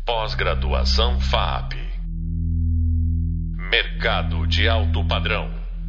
Pós-graduação FAP. Mercado de alto padrão.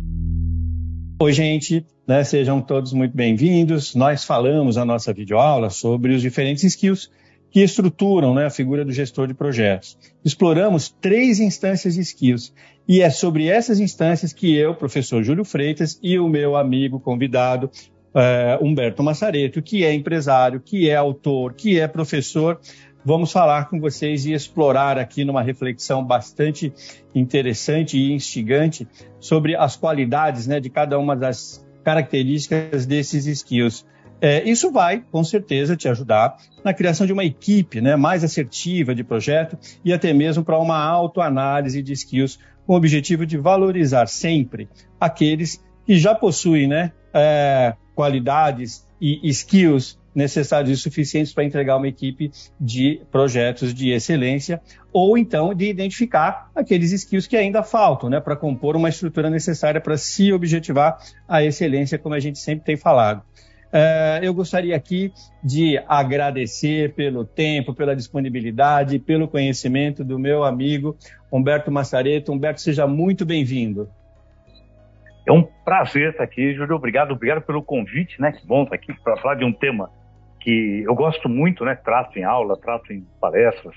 Oi, gente, sejam todos muito bem-vindos. Nós falamos na nossa videoaula sobre os diferentes skills que estruturam, a figura do gestor de projetos. Exploramos 3 instâncias de skills e é sobre essas instâncias que eu, professor Júlio Freitas, e o meu amigo convidado, Humberto Massareto, que é empresário, que é autor, que é professor, vamos falar com vocês e explorar aqui numa reflexão bastante interessante e instigante sobre as qualidades, de cada uma das características desses skills. Isso vai, com certeza, te ajudar na criação de uma equipe mais assertiva de projeto e até mesmo para uma autoanálise de skills com o objetivo de valorizar sempre aqueles que já possuem qualidades e skills necessários e suficientes para entregar uma equipe de projetos de excelência, ou então de identificar aqueles skills que ainda faltam, para compor uma estrutura necessária para se objetivar a excelência, como a gente sempre tem falado. Eu gostaria aqui de agradecer pelo tempo, pela disponibilidade, pelo conhecimento do meu amigo Humberto Massareto. Humberto, seja muito bem-vindo. É um prazer estar aqui, Júlio. Obrigado pelo convite, Que bom estar aqui para falar de um tema que eu gosto muito, Trato em aula, trato em palestras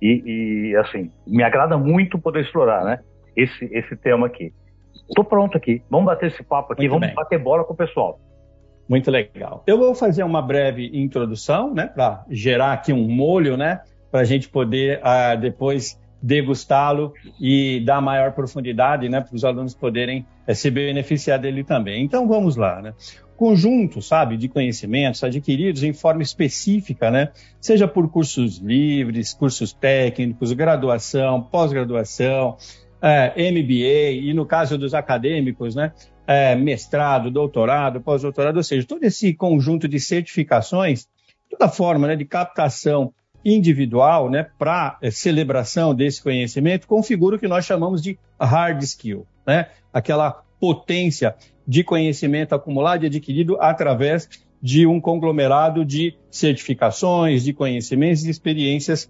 e assim, me agrada muito poder explorar, esse tema aqui. Estou pronto aqui. Vamos bater esse papo aqui, vamos bater bola com o pessoal. Muito legal. Eu vou fazer uma breve introdução, para gerar aqui um molho, para a gente poder depois degustá-lo e dar maior profundidade, para os alunos poderem se beneficiar dele também. Então, vamos lá, Conjunto, de conhecimentos adquiridos em forma específica, seja por cursos livres, cursos técnicos, graduação, pós-graduação, MBA e, no caso dos acadêmicos, mestrado, doutorado, pós-doutorado, ou seja, todo esse conjunto de certificações, toda forma de captação individual, para celebração desse conhecimento, configura o que nós chamamos de hard skill, aquela potência de conhecimento acumulado e adquirido através de um conglomerado de certificações, de conhecimentos e experiências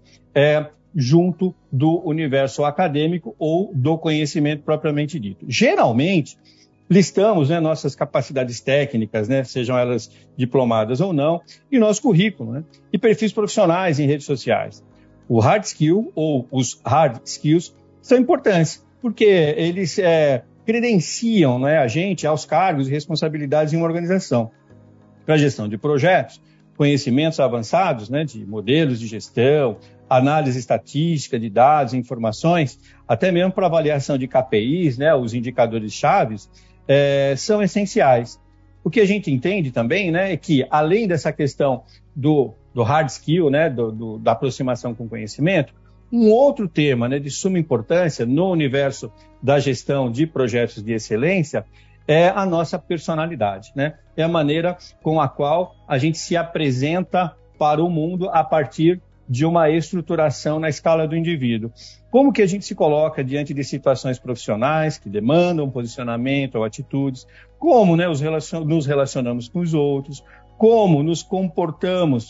junto do universo acadêmico ou do conhecimento propriamente dito. Geralmente, listamos nossas capacidades técnicas, sejam elas diplomadas ou não, em nosso currículo, e perfis profissionais em redes sociais. O hard skill ou os hard skills são importantes, porque eles credenciam a gente aos cargos e responsabilidades em uma organização. Para a gestão de projetos, conhecimentos avançados de modelos de gestão, análise estatística de dados e informações, até mesmo para avaliação de KPIs, os indicadores chaves, são essenciais. O que a gente entende também é que, além dessa questão do hard skill, da aproximação com conhecimento, um outro tema de suma importância no universo da gestão de projetos de excelência é a nossa personalidade, É a maneira com a qual a gente se apresenta para o mundo a partir de uma estruturação na escala do indivíduo. Como que a gente se coloca diante de situações profissionais que demandam posicionamento ou atitudes, como nos relacionamos com os outros, como nos comportamos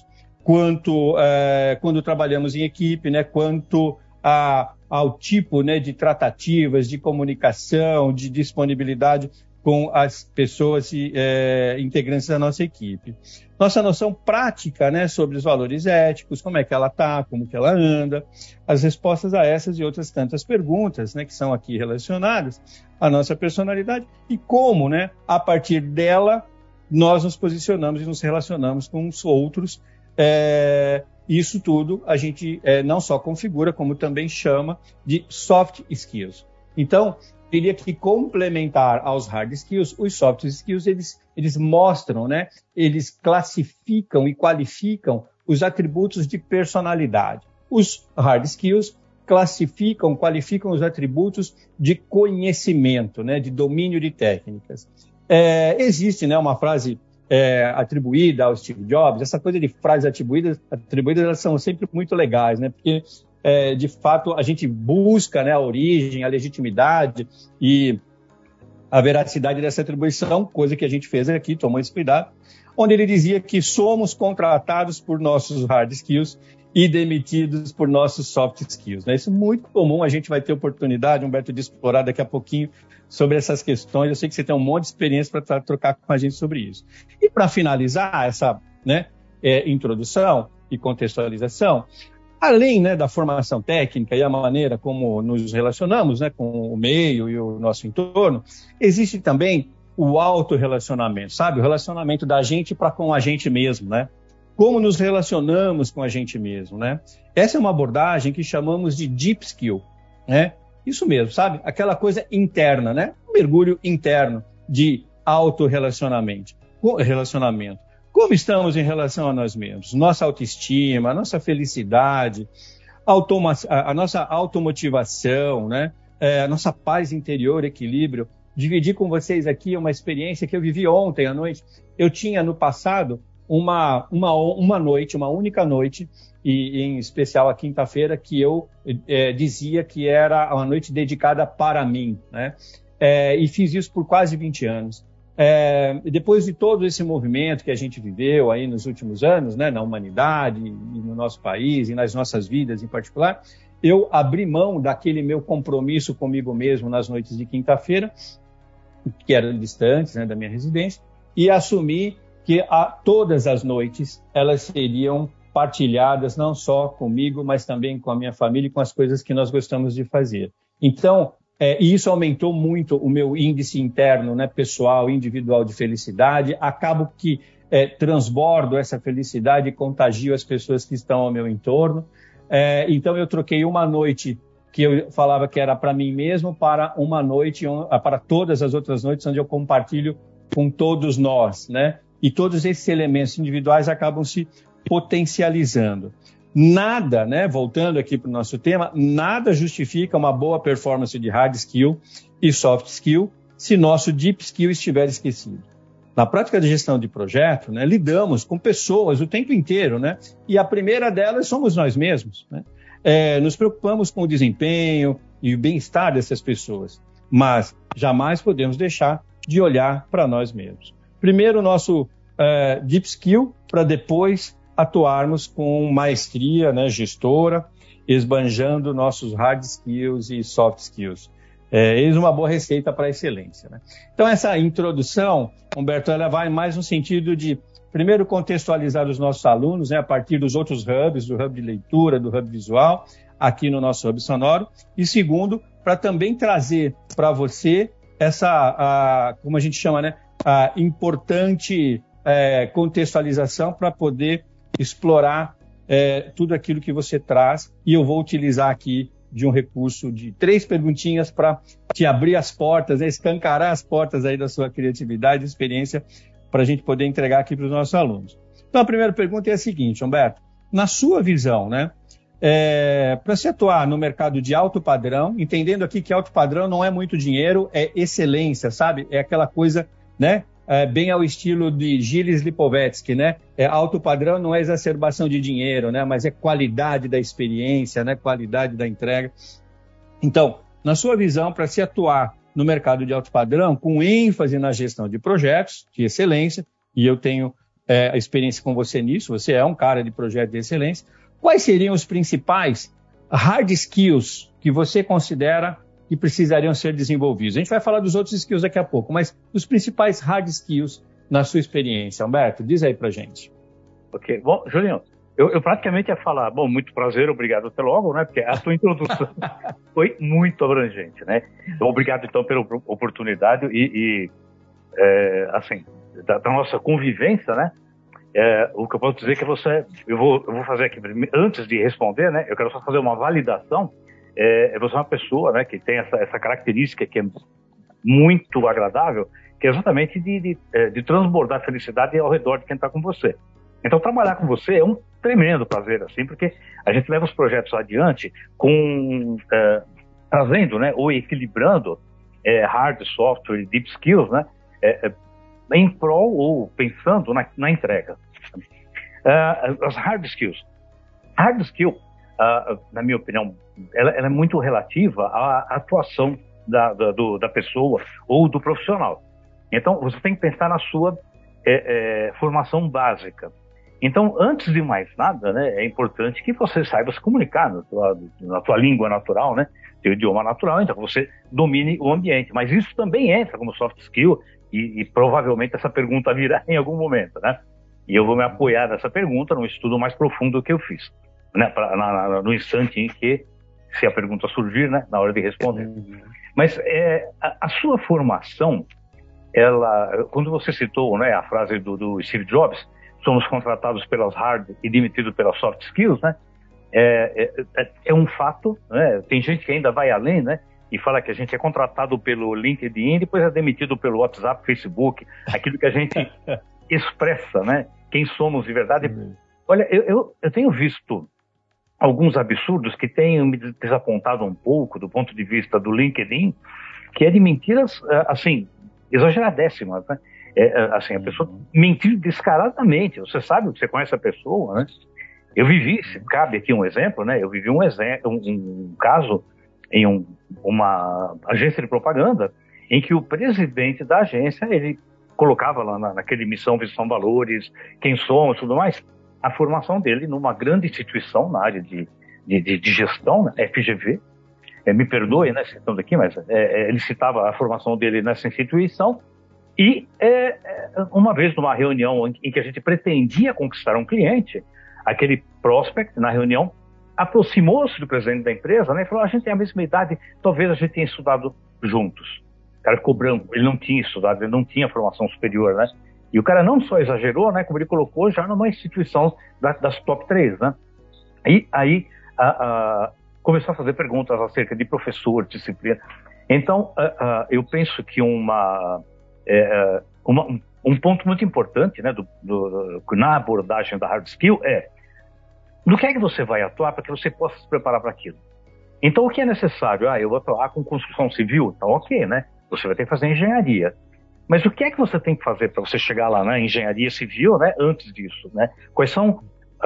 quando trabalhamos em equipe, quanto ao tipo de tratativas, de comunicação, de disponibilidade com as pessoas integrantes da nossa equipe. Nossa noção prática sobre os valores éticos, como é que ela está, como que ela anda, as respostas a essas e outras tantas perguntas que são aqui relacionadas à nossa personalidade e como, a partir dela, nós nos posicionamos e nos relacionamos com os outros. Isso tudo a gente não só configura, como também chama de soft skills. Então, teria que complementar aos hard skills, os soft skills, eles mostram, eles classificam e qualificam os atributos de personalidade. Os hard skills classificam, qualificam os atributos de conhecimento, de domínio de técnicas. Existe uma frase atribuída ao Steve Jobs, essa coisa de frases atribuídas, elas são sempre muito legais, porque de fato, a gente busca a origem, a legitimidade e a veracidade dessa atribuição, coisa que a gente fez aqui, tomou esse cuidado, onde ele dizia que somos contratados por nossos hard skills e demitidos por nossos soft skills, né? Isso é muito comum, a gente vai ter oportunidade, Humberto, de explorar daqui a pouquinho sobre essas questões. Eu sei que você tem um monte de experiência para trocar com a gente sobre isso. E para finalizar essa, né, introdução e contextualização, além, né, da formação técnica e a maneira como nos relacionamos, né, com o meio e o nosso entorno, existe também o autorrelacionamento, sabe? O relacionamento da gente para com a gente mesmo, né? Como nos relacionamos com a gente mesmo, né? Essa é uma abordagem que chamamos de deep skill, né? Isso mesmo, sabe? Aquela coisa interna, né? Um mergulho interno de autorrelacionamento. Como estamos em relação a nós mesmos? Nossa autoestima, a nossa felicidade, a nossa automotivação, né? A nossa paz interior, equilíbrio. Dividir com vocês aqui uma experiência que eu vivi ontem à noite. Eu tinha no passado uma única noite, e em especial a quinta-feira, que eu dizia que era uma noite dedicada para mim, né? E fiz isso por quase 20 anos. Depois de todo esse movimento que a gente viveu aí nos últimos anos, né, na humanidade, e no nosso país, e nas nossas vidas em particular, eu abri mão daquele meu compromisso comigo mesmo nas noites de quinta-feira, que eram distantes, né, da minha residência, e assumi que todas as noites elas seriam partilhadas não só comigo, mas também com a minha família e com as coisas que nós gostamos de fazer. Então, isso aumentou muito o meu índice interno, né, pessoal, individual de felicidade. Acabo que transbordo essa felicidade e contagio as pessoas que estão ao meu entorno. Então, eu troquei uma noite que eu falava que era para mim mesmo, para uma noite, para todas as outras noites, onde eu compartilho com todos nós, né? E todos esses elementos individuais acabam se potencializando. Nada, né? Voltando aqui para o nosso tema, nada justifica uma boa performance de hard skill e soft skill se nosso deep skill estiver esquecido. Na prática de gestão de projeto, né, lidamos com pessoas o tempo inteiro, né? E a primeira delas somos nós mesmos, né? Nos preocupamos com o desempenho e o bem-estar dessas pessoas, mas jamais podemos deixar de olhar para nós mesmos. Primeiro o nosso deep skill, para depois atuarmos com maestria, né, gestora, esbanjando nossos hard skills e soft skills. Eis uma boa receita para a excelência, né? Então essa introdução, Humberto, ela vai mais no sentido de primeiro, contextualizar os nossos alunos, né, a partir dos outros hubs, do hub de leitura, do hub visual, aqui no nosso hub sonoro. E segundo, para também trazer para você essa, como a gente chama, né, a importante contextualização para poder explorar tudo aquilo que você traz. E eu vou utilizar aqui de um recurso de 3 perguntinhas para te abrir as portas, né, escancarar as portas aí da sua criatividade e experiência, para a gente poder entregar aqui para os nossos alunos. Então, a primeira pergunta é a seguinte, Humberto, na sua visão, né, para se atuar no mercado de alto padrão, entendendo aqui que alto padrão não é muito dinheiro, é excelência, sabe? É aquela coisa, né, bem ao estilo de Gilles Lipovetsky, né? Alto padrão não é exacerbação de dinheiro, né, mas é qualidade da experiência, né, qualidade da entrega. Então, na sua visão, para se atuar no mercado de alto padrão, com ênfase na gestão de projetos de excelência, e eu tenho a experiência com você nisso, você é um cara de projeto de excelência, quais seriam os principais hard skills que você considera que precisariam ser desenvolvidos? A gente vai falar dos outros skills daqui a pouco, mas os principais hard skills na sua experiência. Humberto, diz aí pra gente. Ok, bom, Julinho, eu praticamente ia falar, bom, muito prazer, obrigado até logo, né, porque a tua introdução foi muito abrangente, né? Obrigado, então, pela oportunidade assim, da nossa convivência, né? O que eu posso dizer é que eu vou fazer aqui, antes de responder, né, eu quero só fazer uma validação. Você é uma pessoa, né, que tem essa característica que é muito agradável, que é exatamente de transbordar felicidade ao redor de quem está com você. Então, trabalhar com você é um tremendo prazer, assim, porque a gente leva os projetos adiante trazendo, né, ou equilibrando hard, software e deep skills, né, em prol ou pensando na entrega. As hard skills. Hard skill, na minha opinião, ela é muito relativa à atuação da pessoa ou do profissional. Então, você tem que pensar na sua formação básica. Então, antes de mais nada, né, é importante que você saiba se comunicar na tua língua natural, né, teu idioma natural, então que você domine o ambiente. Mas isso também entra como soft skill e provavelmente essa pergunta virá em algum momento, né? E eu vou me apoiar nessa pergunta num estudo mais profundo que eu fiz, né, no instante em que, se a pergunta surgir, né, na hora de responder. Mas a sua formação, quando você citou, né, a frase do Steve Jobs, somos contratados pelas hard e demitidos pelas soft skills, né? É um fato, né? Tem gente que ainda vai além, né? E fala que a gente é contratado pelo LinkedIn e depois é demitido pelo WhatsApp, Facebook, aquilo que a gente expressa, né? Quem somos de verdade. Olha, eu tenho visto alguns absurdos que têm me desapontado um pouco do ponto de vista do LinkedIn, que é de mentiras, assim, exageradíssimas, né? Assim, a pessoa mentir descaradamente. Você sabe que você conhece a pessoa, né? Eu vivi, se cabe aqui um exemplo, né? Eu vivi um caso em uma agência de propaganda em que o presidente da agência, ele colocava lá naquele missão, visão, valores, quem somos, tudo mais, a formação dele numa grande instituição na área de gestão, né? FGV. Me perdoe, né, citando aqui, mas ele citava a formação dele nessa instituição. E uma vez numa reunião em que a gente pretendia conquistar um cliente, aquele prospect na reunião aproximou-se do presidente da empresa, né, e falou: a gente tem a mesma idade, talvez a gente tenha estudado juntos. O cara ficou branco, ele não tinha estudado, ele não tinha formação superior, né? E o cara não só exagerou, né, como ele colocou já numa instituição das top 3, né? E aí começou a fazer perguntas acerca de professor, disciplina. Então, eu penso que um ponto muito importante, né, na abordagem da hard skill no que é que você vai atuar para que você possa se preparar para aquilo. Então, o que é necessário? Eu vou atuar com construção civil, tá ok, né? Você vai ter que fazer engenharia. Mas o que é que você tem que fazer para você chegar lá na engenharia civil, né, antes disso, né? Quais são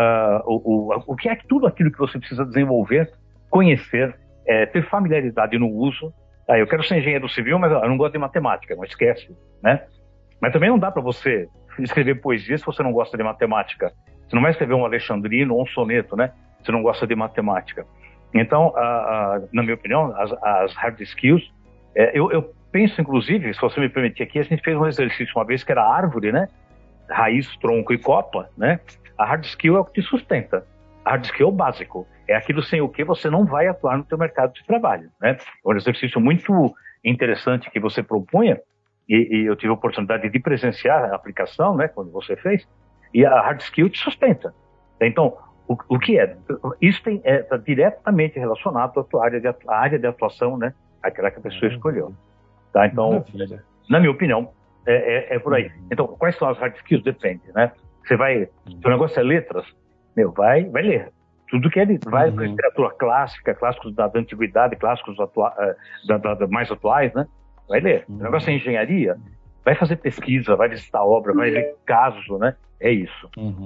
o que é tudo aquilo que você precisa desenvolver, conhecer, ter familiaridade no uso. Eu quero ser engenheiro civil, mas eu não gosto de matemática, não esquece, né? Mas também não dá para você escrever poesia se você não gosta de matemática. Você não vai escrever um alexandrino ou um soneto, né? Se não gosta de matemática. Então, na minha opinião, as hard skills, eu penso, inclusive, se você me permitir aqui, a gente fez um exercício uma vez que era árvore, né? Raiz, tronco e copa, né? A hard skill é o que te sustenta. A hard skill é o básico. É aquilo sem o que você não vai atuar no teu mercado de trabalho, né? É um exercício muito interessante que você propunha, e eu tive a oportunidade de presenciar a aplicação, né, quando você fez, e a hard skill te sustenta. Então, o que é? Isso está diretamente relacionado à tua área de atuação, né? Aquela que a pessoa escolheu. Tá? Então, na minha opinião, é por aí. Então, quais são as hard skills? Depende, né? Você vai... Se o negócio é letras, vai ler. Tudo que ele vai para literatura clássica, clássicos da antiguidade, clássicos mais atuais, né? Vai ler. O negócio é engenharia, vai fazer pesquisa, vai visitar obra, vai ler casos, né? É isso.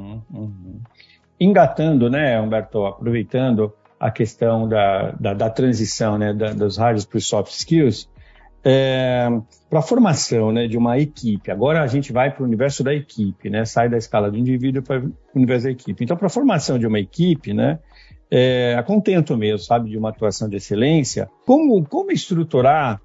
Engatando, né, Humberto, aproveitando a questão da transição, né, dos hard para os soft skills, para a formação, né, de uma equipe. Agora a gente vai para o universo da equipe, né, sai da escala do indivíduo para o universo da equipe. Então, para a formação de uma equipe, né, a contento mesmo, sabe, de uma atuação de excelência, como estruturar,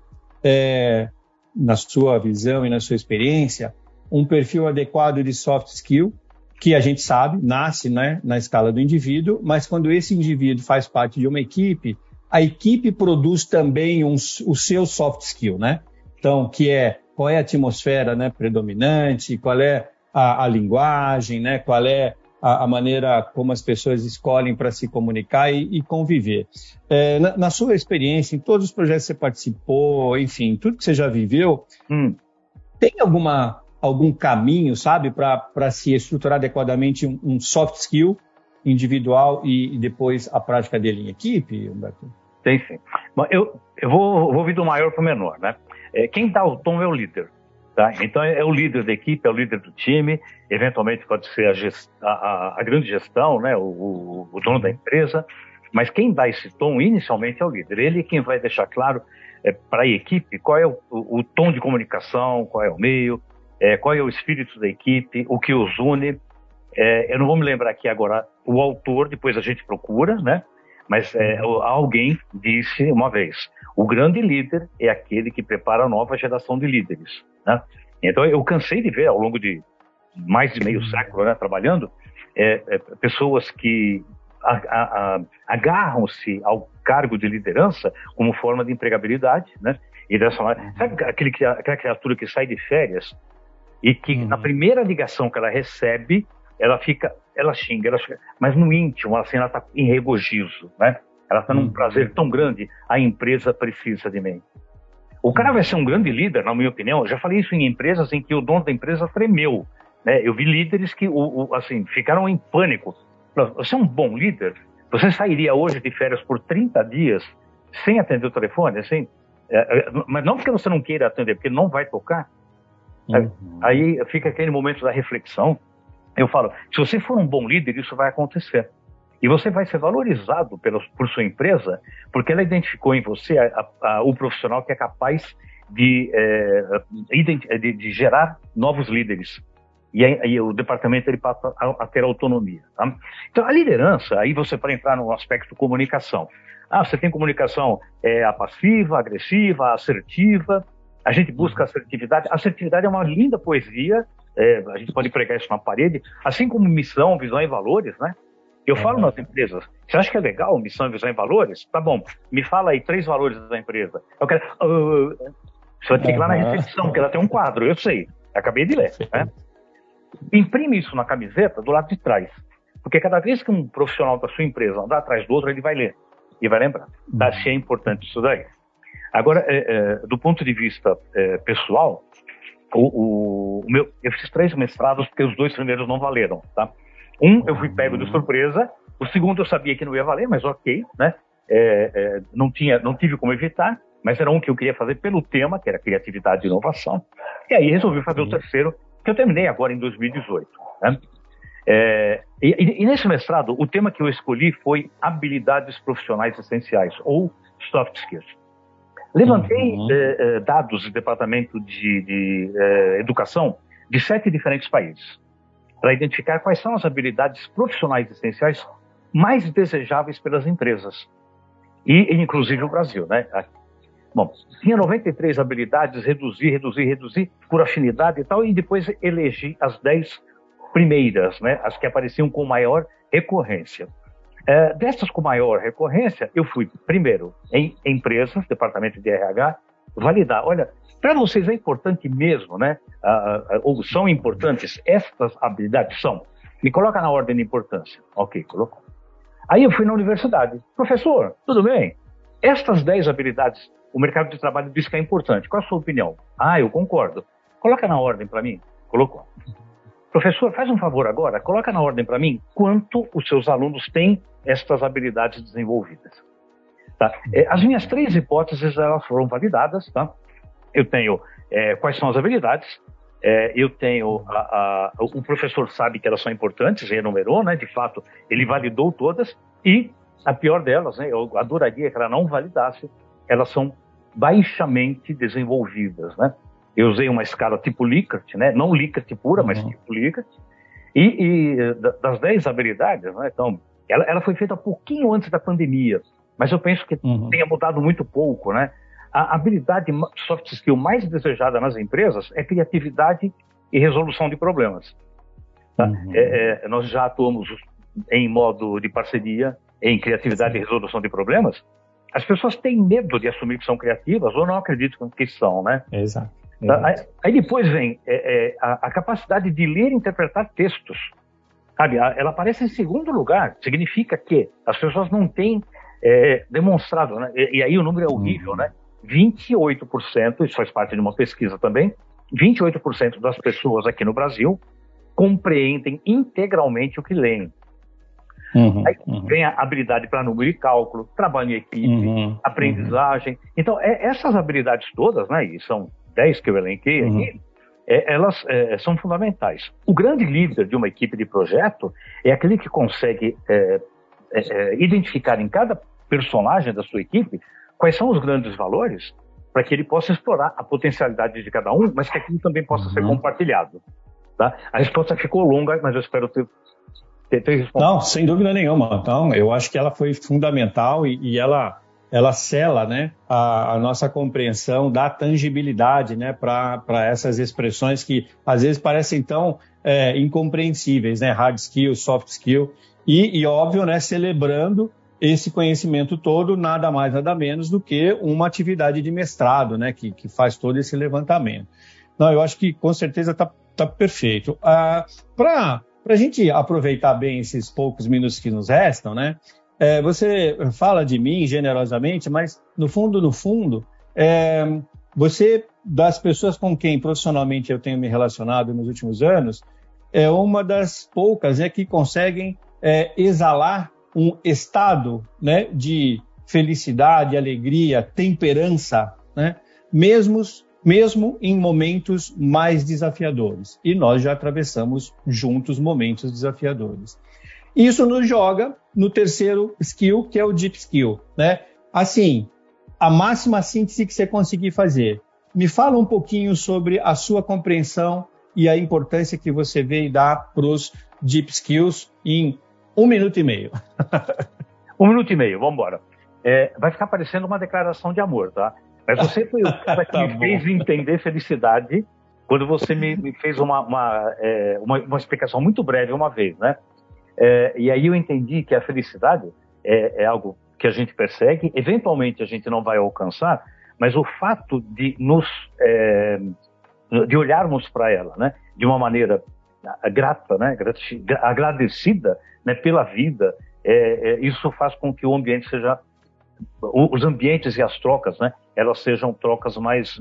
na sua visão e na sua experiência, um perfil adequado de soft skill, que a gente sabe, nasce, né, na escala do indivíduo, mas quando esse indivíduo faz parte de uma equipe, a equipe produz também o seu soft skill, né? Então, qual é a atmosfera, né, predominante, qual é a linguagem, né, qual é a maneira como as pessoas escolhem para se comunicar e conviver. Na sua experiência, em todos os projetos que você participou, enfim, tudo que você já viveu, tem algum caminho, sabe, para se estruturar adequadamente um soft skill individual e depois a prática dele em equipe, Humberto? Tem sim. Bom, eu vou vir do maior para o menor, né? Quem dá o tom é o líder. Tá? Então é o líder da equipe, é o líder do time, eventualmente pode ser a grande gestão, né? o dono da empresa, mas quem dá esse tom inicialmente é o líder. Ele é quem vai deixar claro para a equipe qual é o tom de comunicação, qual é o meio, qual é o espírito da equipe, o que os une, Eu não vou me lembrar aqui agora o autor, depois a gente procura, né? Mas alguém disse uma vez, o grande líder é aquele que prepara a nova geração de líderes, né? Então eu cansei de ver ao longo de mais de meio século, né, trabalhando, pessoas que agarram-se ao cargo de liderança como forma de empregabilidade, né? E dessa maneira, sabe aquela criatura que sai de férias e que na primeira ligação que ela recebe, ela xinga, mas no íntimo, assim, ela está em regozijo, né? Ela está num prazer tão grande, a empresa precisa de mim. O cara vai ser um grande líder, na minha opinião. Eu já falei isso em empresas em que o dono da empresa tremeu, né? Eu vi líderes que assim, ficaram em pânico. Você é um bom líder? Você sairia hoje de férias por 30 dias sem atender o telefone? Assim? Mas não porque você não queira atender, porque não vai tocar. Aí fica aquele momento da reflexão. Eu falo, se você for um bom líder, isso vai acontecer. E você vai ser valorizado por sua empresa, porque ela identificou em você o profissional que é capaz de gerar novos líderes. E aí o departamento ele passa a ter autonomia. Tá? Então, a liderança, aí você para entrar no aspecto comunicação. Você tem comunicação passiva, agressiva, assertiva. A gente busca assertividade. Assertividade é uma linda poesia. A gente pode pregar isso na parede, assim como missão, visão e valores, né? Eu falo nas empresas, você acha que é legal missão, visão e valores? Tá bom, me fala aí 3 valores da empresa. Eu quero... Você vai ter que ir lá na recepção, porque ela tem um quadro, eu sei, acabei de ler, né? Imprime isso na camiseta do lado de trás, porque cada vez que um profissional da sua empresa andar atrás do outro, ele vai ler e vai lembrar. Achei importante isso daí. Agora, do ponto de vista pessoal, eu fiz 3 mestrados, porque os 2 primeiros não valeram, tá? Eu fui pego de surpresa, o segundo eu sabia que não ia valer, mas ok, né? Não tive como evitar, mas era um que eu queria fazer pelo tema, que era criatividade e inovação. E aí resolvi fazer o terceiro, que eu terminei agora em 2018, né? E nesse mestrado, o tema que eu escolhi foi habilidades profissionais essenciais, ou soft skills. Levantei dados do Departamento de Educação de 7 diferentes países, para identificar quais são as habilidades profissionais essenciais mais desejáveis pelas empresas. E inclusive o Brasil, né? Bom, tinha 93 habilidades, reduzir por afinidade e tal, e depois elegi as 10 primeiras, né? As que apareciam com maior recorrência. Dessas com maior recorrência, eu fui primeiro em empresas, departamento de RH, validar. Olha, para vocês é importante mesmo, né? Ou são importantes estas habilidades? São. Me coloca na ordem de importância. Ok, colocou. Aí eu fui na universidade. Professor, tudo bem? Estas 10 habilidades, o mercado de trabalho diz que é importante. Qual a sua opinião? Eu concordo. Coloca na ordem para mim. Colocou. Professor, faz um favor agora. Coloca na ordem para mim quanto os seus alunos têm estas habilidades desenvolvidas. Tá? As minhas 3 hipóteses, elas foram validadas, tá? Eu tenho quais são as habilidades, eu tenho o professor sabe que elas são importantes, enumerou, né? De fato, ele validou todas, e a pior delas, né? Eu adoraria que ela não validasse, elas são baixamente desenvolvidas, né? Eu usei uma escala tipo Likert, né? Não Likert pura, mas tipo Likert, e das 10 habilidades, né? Então, ela foi feita um pouquinho antes da pandemia, mas eu penso que tenha mudado muito pouco, né? A habilidade soft skill mais desejada nas empresas é criatividade e resolução de problemas. Tá? Nós já atuamos em modo de parceria em criatividade e resolução de problemas. As pessoas têm medo de assumir que são criativas ou não acreditam que são, né? Exato. Aí depois vem a capacidade de ler e interpretar textos. Sabe? Ela aparece em segundo lugar. Significa que as pessoas não têm demonstrado, né? E aí o número é horrível, né? 28%, isso faz parte de uma pesquisa também, 28% das pessoas aqui no Brasil compreendem integralmente o que leem. Aí vem a habilidade para número e cálculo, trabalho em equipe, aprendizagem. Então, essas habilidades todas, né, e são 10 que eu elenquei aqui, elas são fundamentais. O grande líder de uma equipe de projeto é aquele que consegue identificar em cada personagem da sua equipe quais são os grandes valores para que ele possa explorar a potencialidade de cada um, mas que aquilo também possa ser compartilhado. Tá? A resposta ficou longa, mas eu espero ter Não, sem dúvida nenhuma. Então, eu acho que ela foi fundamental e ela sela, né, a nossa compreensão da tangibilidade, né, para essas expressões que às vezes parecem tão incompreensíveis, né, hard skill, soft skill, e óbvio, né, celebrando esse conhecimento todo, nada mais, nada menos do que uma atividade de mestrado, né, que faz todo esse levantamento. Não, eu acho que com certeza tá perfeito. Para a gente aproveitar bem esses poucos minutos que nos restam, né, você fala de mim generosamente, mas no fundo, você, das pessoas com quem profissionalmente eu tenho me relacionado nos últimos anos, é uma das poucas, né, que conseguem exalar um estado, né, de felicidade, alegria, temperança, né, mesmo em momentos mais desafiadores. E nós já atravessamos juntos momentos desafiadores. Isso nos joga no terceiro skill, que é o deep skill, né? Assim, a máxima síntese que você conseguir fazer. Me fala um pouquinho sobre a sua compreensão e a importância que você vê e dá para os deep skills em 1 minuto e meio. 1 minuto e meio, vamos embora. Vai ficar parecendo uma declaração de amor, tá? Mas você foi o cara que me fez entender felicidade quando você me fez uma explicação muito breve uma vez, né? E aí eu entendi que a felicidade é algo que a gente persegue, eventualmente a gente não vai alcançar, mas o fato de de olharmos para ela, né, de uma maneira grata, né, agradecida, né, pela vida, isso faz com que o ambiente seja, os ambientes e as trocas, né, elas sejam trocas mais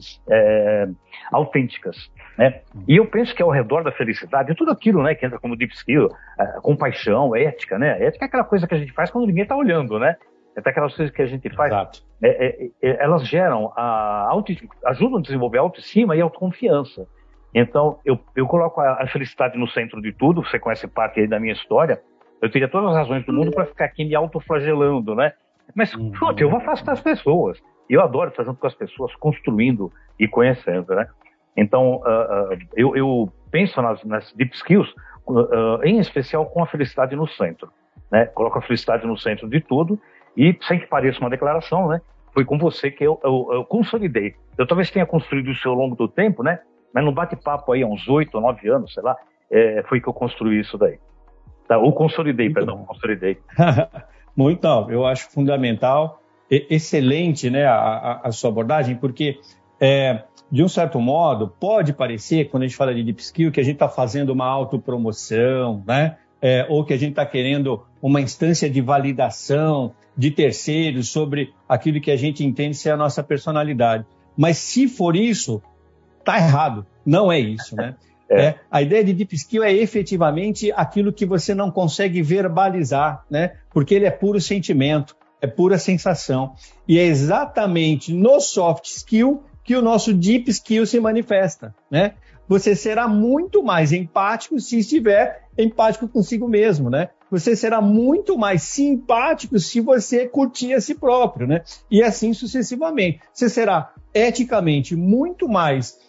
autênticas, né? E eu penso que ao redor da felicidade, tudo aquilo, né, que entra como deep skill, compaixão, ética, né? Ética é aquela coisa que a gente faz quando ninguém está olhando, né? Até aquelas coisas que a gente faz, elas geram ajudam a desenvolver a autoestima e a autoconfiança. Então, eu coloco a felicidade no centro de tudo. Você conhece parte aí da minha história. Eu teria todas as razões do mundo para ficar aqui me autoflagelando, né? Mas, pronto, eu vou afastar as pessoas. E eu adoro estar junto com as pessoas, construindo e conhecendo, né? Então, eu penso nas deep skills, em especial com a felicidade no centro, né? Coloco a felicidade no centro de tudo e, sem que pareça uma declaração, né? Foi com você que eu consolidei. Eu talvez tenha construído isso ao longo do tempo, né? Mas no bate-papo aí, há uns 8 ou 9 anos, sei lá, foi que eu construí isso daí. Tá? Ou consolidei, consolidei. Muito, eu acho fundamental, excelente, né, a sua abordagem, porque, de um certo modo, pode parecer, quando a gente fala de deep skill, que a gente está fazendo uma autopromoção, né, ou que a gente está querendo uma instância de validação de terceiros sobre aquilo que a gente entende ser a nossa personalidade. Mas se for isso, está errado. Não é isso, né? A ideia de deep skill é efetivamente aquilo que você não consegue verbalizar, né? Porque ele é puro sentimento, é pura sensação. E é exatamente no soft skill que o nosso deep skill se manifesta, né? Você será muito mais empático se estiver empático consigo mesmo, né? Você será muito mais simpático se você curtir a si próprio, né? E assim sucessivamente. Você será eticamente muito mais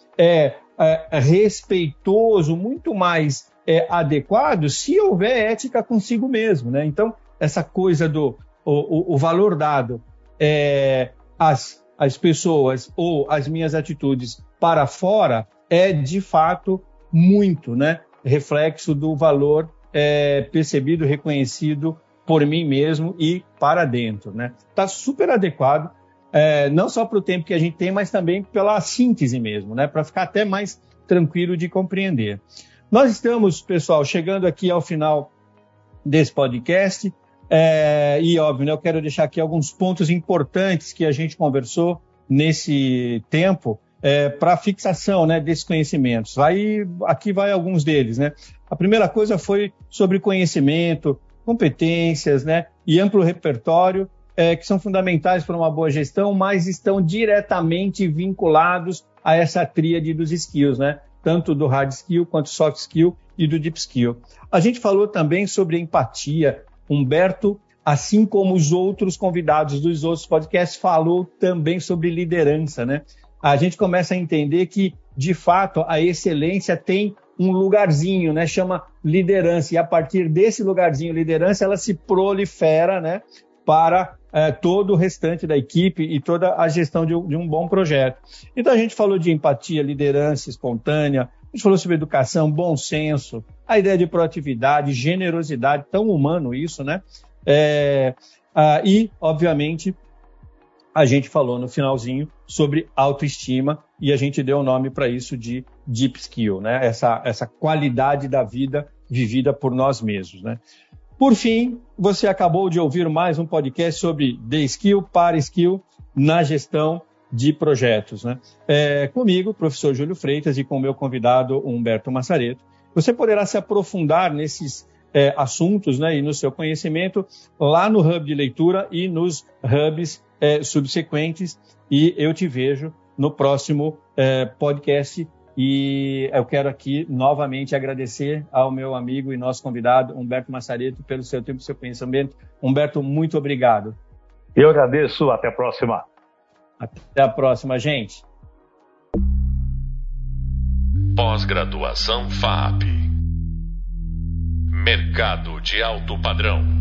respeitoso, muito mais adequado se houver ética consigo mesmo, né? Então, essa coisa do o valor dado às pessoas ou às minhas atitudes para fora é, de fato, muito, né? Reflexo do valor percebido, reconhecido por mim mesmo e para dentro, né? Está super adequado, não só para o tempo que a gente tem, mas também pela síntese mesmo, né? Para ficar até mais tranquilo de compreender. Nós estamos, pessoal, chegando aqui ao final desse podcast e, óbvio, né, eu quero deixar aqui alguns pontos importantes que a gente conversou nesse tempo para fixação, né, desses conhecimentos. Aqui vai alguns deles, né? A primeira coisa foi sobre conhecimento, competências, né, e amplo repertório, que são fundamentais para uma boa gestão, mas estão diretamente vinculados a essa tríade dos skills, né? Tanto do hard skill quanto soft skill e do deep skill. A gente falou também sobre empatia. Humberto, assim como os outros convidados dos outros podcasts, falou também sobre liderança, né? A gente começa a entender que, de fato, a excelência tem um lugarzinho, né? Chama liderança. E a partir desse lugarzinho, liderança, ela se prolifera, né? Para todo o restante da equipe e toda a gestão de um bom projeto. Então, a gente falou de empatia, liderança espontânea, a gente falou sobre educação, bom senso, a ideia de proatividade, generosidade, tão humano isso, né? E, obviamente, a gente falou no finalzinho sobre autoestima e a gente deu o nome para isso de Deep Skill, né? Essa qualidade da vida vivida por nós mesmos, né? Por fim, você acabou de ouvir mais um podcast sobre The Skill para Skill na gestão de projetos, né? Comigo, professor Júlio Freitas, e com o meu convidado Humberto Massareto. Você poderá se aprofundar nesses assuntos, né, e no seu conhecimento lá no Hub de Leitura e nos Hubs subsequentes. E eu te vejo no próximo podcast. E eu quero aqui novamente agradecer ao meu amigo e nosso convidado, Humberto Massareto, pelo seu tempo e seu conhecimento. Humberto, muito obrigado. Eu agradeço. Até a próxima. Até a próxima, gente. Pós-graduação FAP. Mercado de alto padrão.